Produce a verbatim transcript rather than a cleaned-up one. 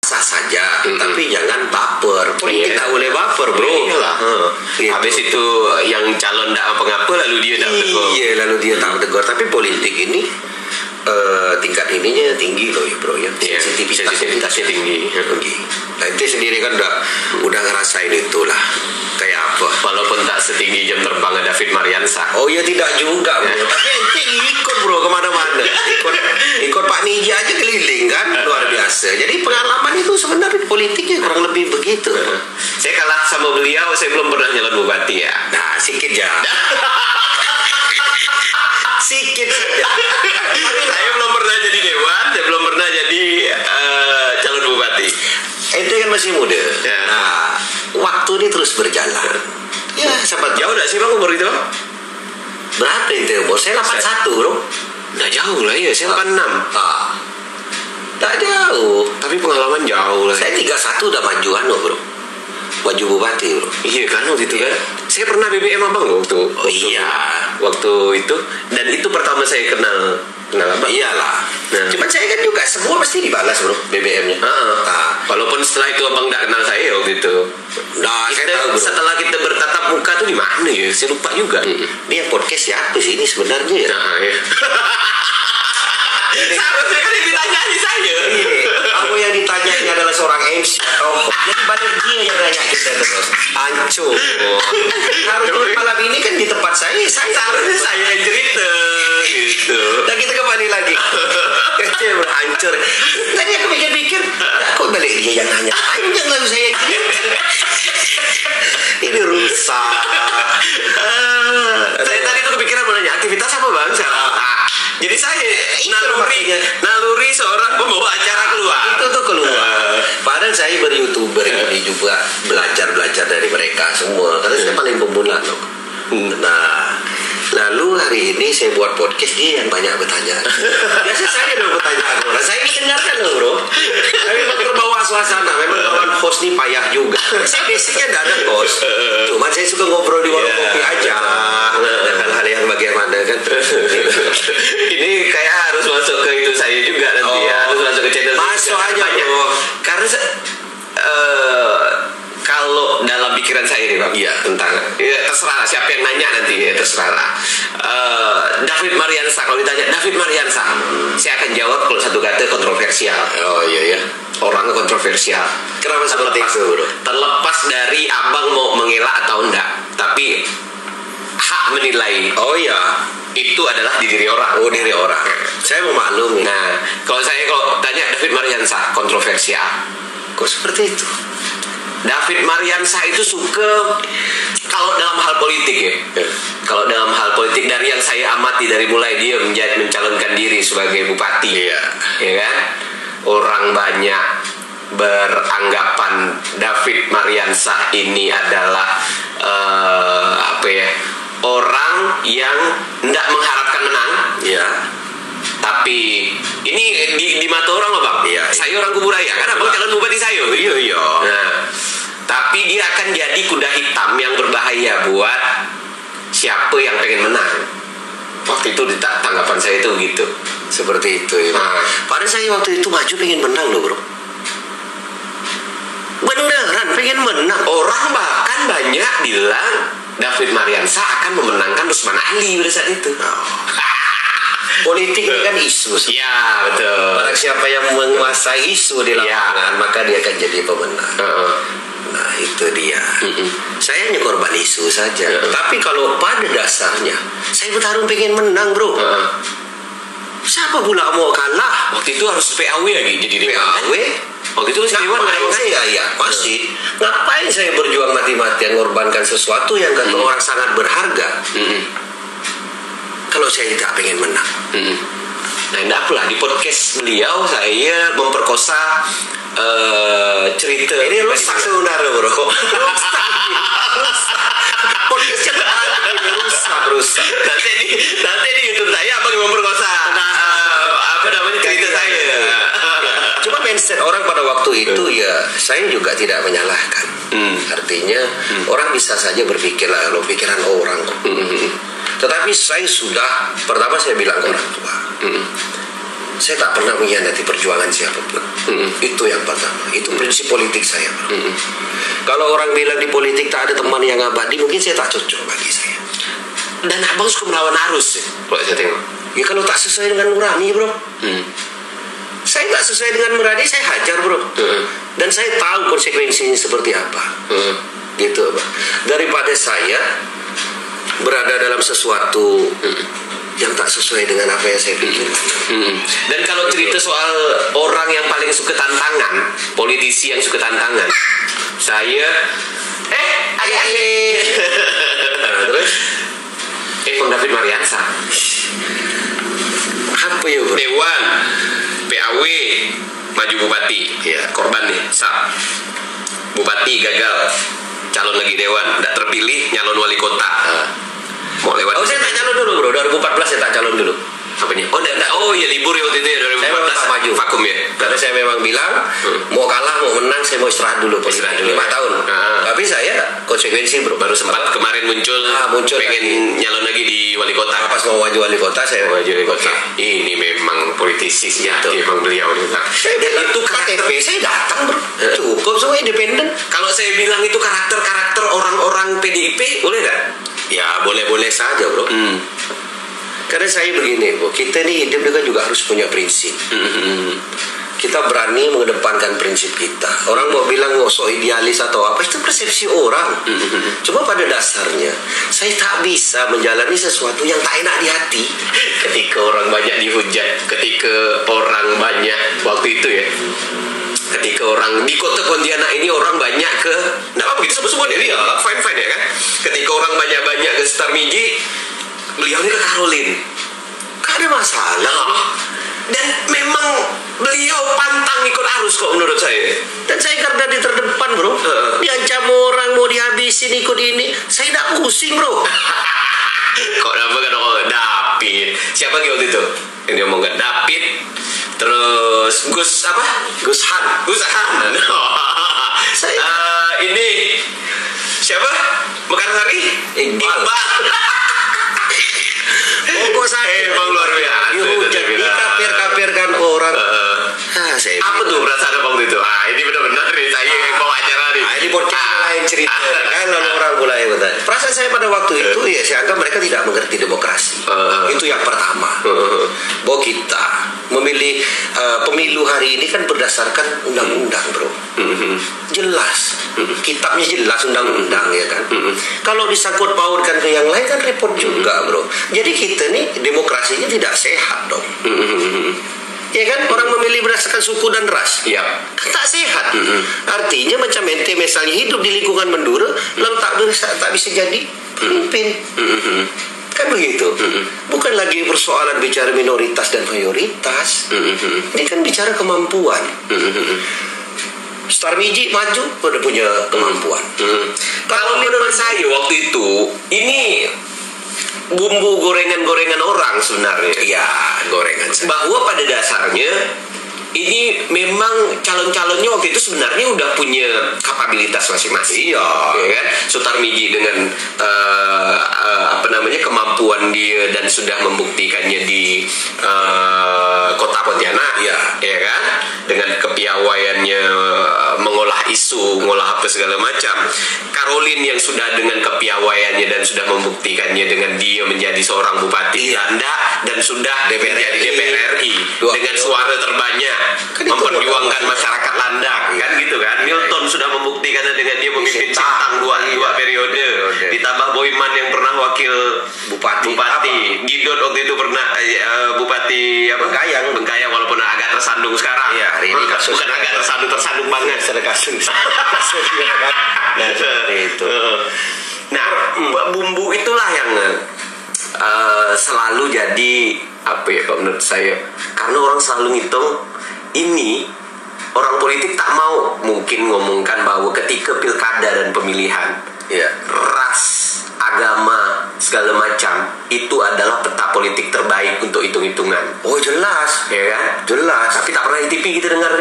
sah saja, Mm-mm. tapi jangan baper. Politik Iya. tak boleh baper, bro. Iyalah. Huh, gitu. Habis itu yang calon tak apa-apa lalu dia tak tegur. Iya, lalu dia tak tegur. Tapi politik ini uh, tingkat ininya tinggi loh ya, bro ya. Iya, Sensitivitasnya sensitivitasnya tinggi. tinggi. Nah, ente sendiri kan udah udah ngerasain itulah. Kayak apa? Walaupun tak setinggi jam terbang David Mariansa. Oh ya tidak juga, bro. Tapi ente ikut, bro, kemana-mana. Ikut ikut Pak Niji aja keliling kan, luar biasa. Jadi pengalaman itu sebenarnya politiknya kurang lebih begitu. Saya kalah sama beliau, saya belum pernah nyalon bupati ya. Nah, sikit ya. Sikit saja. Saya belum pernah jadi dewan, saya belum pernah jadi uh, calon bupati. Ente kan masih muda. Ya. Nah, waktu ini terus berjalan. Ya, sahabat. Jauh tak sih bang umur itu? Berapa ente umur? Saya delapan puluh satu, bro. Nggak jauh lah ya, saya delapan puluh enam. Ah. Tak jauh. Tapi pengalaman jauh lah. Saya tiga puluh satu udah majuan loh, bro. Maju bupati, bro. Iya kan waktu itu kan. Saya pernah B B M abang waktu. Oh waktu, iya. Waktu itu dan itu pertama saya kenal kenal abang. Iyalah. Nah. Cuman saya kan juga semua pasti dibalas, bro, B B M-nya. Heeh. Nah, Walaupun setelah itu abang nggak kenal saya waktu itu. nah saya Kita, tahu, bro. setelah kita bertatap muka tuh di mana ya? Saya lupa juga. Dia podcast siapa sih ini sebenarnya ya? Nah, ya. Seharusnya kan yang ditanya di saya. Kamu yang ditanya ini adalah seorang M C. Oh, jadi balik dia yang nanya kita terus. Anco. Harusnya malam ini kan di tempat saya, saya Seharusnya saya yang cerita gitu. Dan kita kembali lagi. Kecil bro, hancur. Tadi aku pikir-pikir, kok balik dia yang nanya. Panjang lalu saya yang cerita. Ini rusak. Saya tadi tuh kepikiran mau nanya aktivitas apa bang sekarang. Nah, jadi saya naluri makanya. naluri seorang pembawa acara keluar. Itu tuh keluar. Padahal saya ber-youtuber ini juga belajar-belajar dari mereka semua. Karena saya paling pemula loh. Nah, lalu hari ini saya buat podcast, dia yang banyak bertanya. Biasa saya dong pertanyaan orang. Saya mendengarkan loh, bro. Tapi memang terbawa suasana. Memang kawan host nih payah juga. Saya basicnya tidak ada host. Cuman saya suka ngobrol di warung Yeah. kopi aja. Dan hal-hal yang bagaimana kan. Ini kayak harus masuk ke itu saya juga nanti Oh. ya. Harus masuk ke channel saya Masuk juga. aja, Banyak. bro. Karena se- eh, kalau dalam pikiran saya nih bang, Iya. tentang ya, terserah siapa yang nanya nanti ya terserah lah. Eh, David Mariansa, kalau ditanya David Mariansa, saya akan jawab kalau satu kata kontroversial. Oh iya ya. Orang kontroversial. Kenapa seperti Terlepas- itu, bro? Terlepas dari abang mau mengelak atau enggak, tapi hak menilai Oh iya. itu adalah di diri orang. Oh diri orang. Saya memaklumi. Nah, kalau saya kalau tanya David Mariansa kontroversial. Kok seperti itu? David Mariansa itu suka kalau dalam hal politik ya. Kalau dalam hal politik dari yang saya amati dari mulai dia menjadi mencalonkan diri sebagai bupati, Iya. ya kan? Orang banyak beranggapan David Mariansa ini adalah eh, apa ya? Orang yang tidak mengharapkan menang. Iya. Tapi ini di, di mata orang loh bang. Iya. Saya orang Kuburaya kan abang calon bupati saya. Iya iya. Nah, tapi dia akan jadi kuda hitam yang berbahaya buat siapa yang pengen menang. Waktu itu di- tanggapan saya itu gitu. Seperti itu ya. Nah. Padahal saya waktu itu maju pengen menang loh, bro. Beneran pengen menang. Orang bahkan banyak bilang David Mariansa akan memenangkan Usman Ali pada saat itu. Politik ini kan isu. Iya betul. Barang siapa yang menguasai isu di lapangan, maka dia akan jadi pemenang. Heeh. Nah itu dia. Mm-mm. Saya hanya korban isu saja. Heeh. Tapi kalau pada dasarnya saya bertarung pengen menang, bro. Heeh. Siapa pula mau kalah? Waktu itu harus P A W lagi jadi P dewan. A W. Waktu itu masih dewan Ngapain kan? saya ya pasti. Ngapain saya berjuang mati-matian mengorbankan sesuatu yang kata Hmm. orang sangat berharga Mm-mm. kalau saya tidak pengen menang. Mm-mm. Nah, enggak pula di podcast beliau saya memperkosa eh, cerita. Ini rusak sebenarnya, bro. Rusak. Rusak. Podcast yang ini rusak, rusak. Nanti di nanti di YouTube saya abang yang memperkosa eh, apa namanya cerita saya. Cuma mindset orang pada waktu itu ya saya juga tidak menyalahkan. Hmm. Artinya orang bisa saja berpikir lah lo pikiran orang kok. Mm-mm. Tetapi saya sudah pertama saya bilang ke orang tua, Mm-mm. saya tak pernah mengkhianati perjuangan siapapun. Mm-hmm. Itu yang pertama. Itu prinsip politik saya, bro. Mm-hmm. Kalau orang bilang di politik tak ada teman yang abadi, mungkin saya tak cocok bagi saya. Dan abang suka melawan arus ya, kalau saya tengok. Ya kalau tak sesuai dengan nurani, bro. Mm. Saya tak sesuai dengan nurani, saya hajar, bro. Mm-hmm. Dan saya tahu konsekuensinya seperti apa. Mm. Gitu, bro. Daripada saya berada dalam sesuatu mm. yang tak sesuai dengan apa yang saya pikirkan. Mm-hmm. Dan kalau cerita soal orang yang paling suka tantangan, politisi yang suka tantangan, saya eh adik-adik. Nah, terus eh Bang David Mariansa. Apa ya, bro? Dewan P A W maju bupati, ya korban nih, sah. Bupati gagal, calon lagi dewan, tidak terpilih, nyalon wali kota. Nah. Mau lewat. Oh, saya tak calon dulu, bro. dua ribu empat belas saya tak calon dulu. Apa nih? Oh, enggak, oh ya libur ya waktu itu ya dua ribu empat belas. Saya maju vakum ya. Karena saya memang bilang hmm. mau kalah mau menang saya mau istirahat dulu. Istirahat dulu. lima ya. tahun. Ah. Tapi saya konsekuensi, bro. Baru sempat Baru. kemarin muncul, ah, muncul pengen lagi. nyalon lagi di wali kota. Nah, pas mau maju wali kota saya maju wali kota. Okay. Ini memang politisi sejati memang beliau nih. Saya itu K T P saya datang, bro. Cukup semua independen. Kalau saya bilang itu karakter-karakter orang-orang P D I P boleh nggak? Ya boleh-boleh saja, bro. Hmm. Karena saya begini, bro. Kita nih hidup kan juga harus punya prinsip. Hmm. Kita berani mengedepankan prinsip kita. Orang mau bilang nggak so idealis atau apa, itu persepsi orang. Hmm. Cuma pada dasarnya saya tak bisa menjalani sesuatu yang tak enak di hati. Ketika orang banyak dihujat, ketika orang banyak waktu itu ya. Ketika orang di kota Pontianak ini orang banyak ke, nggak apa begitu sebut-sebut ya, fine fine ya kan. Ketika orang banyak-banyak ke Sutarmiji, beliau ini ke Caroline, gak ada masalah. Nah, dan memang beliau pantang ikut arus kok menurut saya. Dan saya karena di terdepan, bro, uh. diancam orang mau dihabisin ikut ini, saya tidak pusing, bro. Kok nama kan oh, David? Siapa waktu itu? Yang dia ngomong kan David. Terus Gus apa? Gus Han. Gus Han. Saya uh, ini siapa? Mekarsari? Iqbal. Pokok saya emang luar biasa. Dihujat, dikafir-kafirkan orang. Uh, ah, saya apa tuh perasaan abang itu? Ah, ini benar-benar nih saya yang bawa acara nih. Ah, ini podcast ah. lain cerita. Kan lalu orang mulai bertanya. Perasaan saya pada waktu itu ya saya anggap mereka tidak mengerti demokrasi. Uh, itu yang pertama. Uh, bahwa kita memilih uh, pemilu hari ini kan berdasarkan undang-undang, bro. Uh, jelas. Uh, kitabnya jelas undang-undang ya kan. Uh, Kalau disangkut pautkan ke yang lain kan repot juga, bro. Jadi kita nih demokrasinya tidak sehat dong. Uh, Ya kan, orang memilih berdasarkan suku dan ras. Iya. Kan tak sehat. Mm-hmm. Artinya macam ente misalnya hidup di lingkungan Madura, mm-hmm. lalu tak bisa tak bisa jadi pemimpin. Mm-hmm. Kan begitu. Mm-hmm. Bukan lagi persoalan bicara minoritas dan mayoritas. Mm-hmm. Ini kan bicara kemampuan. Mm-hmm. Sutarmiji maju udah punya kemampuan. Mm-hmm. Kalau menurut saya waktu itu ini bumbu gorengan-gorengan orang sebenarnya. Ya, gorengan. Bahwa pada dasarnya ini memang calon-calonnya waktu itu sebenarnya udah punya kapabilitas masing-masing. Iya, ya kan? Sutarmiji dengan uh, uh, apa namanya kemampuan dia dan sudah membuktikannya di uh, kota Pontianak, iya, ya kan? Dengan kepiawaiannya uh, mengolah isu, mengolah apa segala macam. Caroline yang sudah dengan kepiawaiannya dan sudah membuktikannya dengan dia menjadi seorang bupati Landa dan sudah D P R menjadi D P R R I dengan suara terbanyak kan memperjuangkan masyarakat Landang kan gitu kan. Milton sudah membuktikannya dengan dia memimpin Sintang dua, iya. dua periode. periode ditambah Boyman yang pernah wakil bupati bupati Gidot waktu itu pernah uh, bupati apa Bengkayang Bengkayang walaupun agak tersandung sekarang ya, hari ini kasus bukan agak tersandung tersandung banget ada kasus nah seperti itu. Nah bumbu itulah yang uh, selalu jadi apa ya kalau menurut saya, karena orang selalu ngitung ini orang politik tak mau mungkin ngomongkan bahwa ketika pilkada dan pemilihan ya, ras, agama, segala macam itu adalah peta politik terbaik untuk hitung-hitungan. Oh jelas, ya kan? Jelas. Tapi tak pernah di T V kita dengar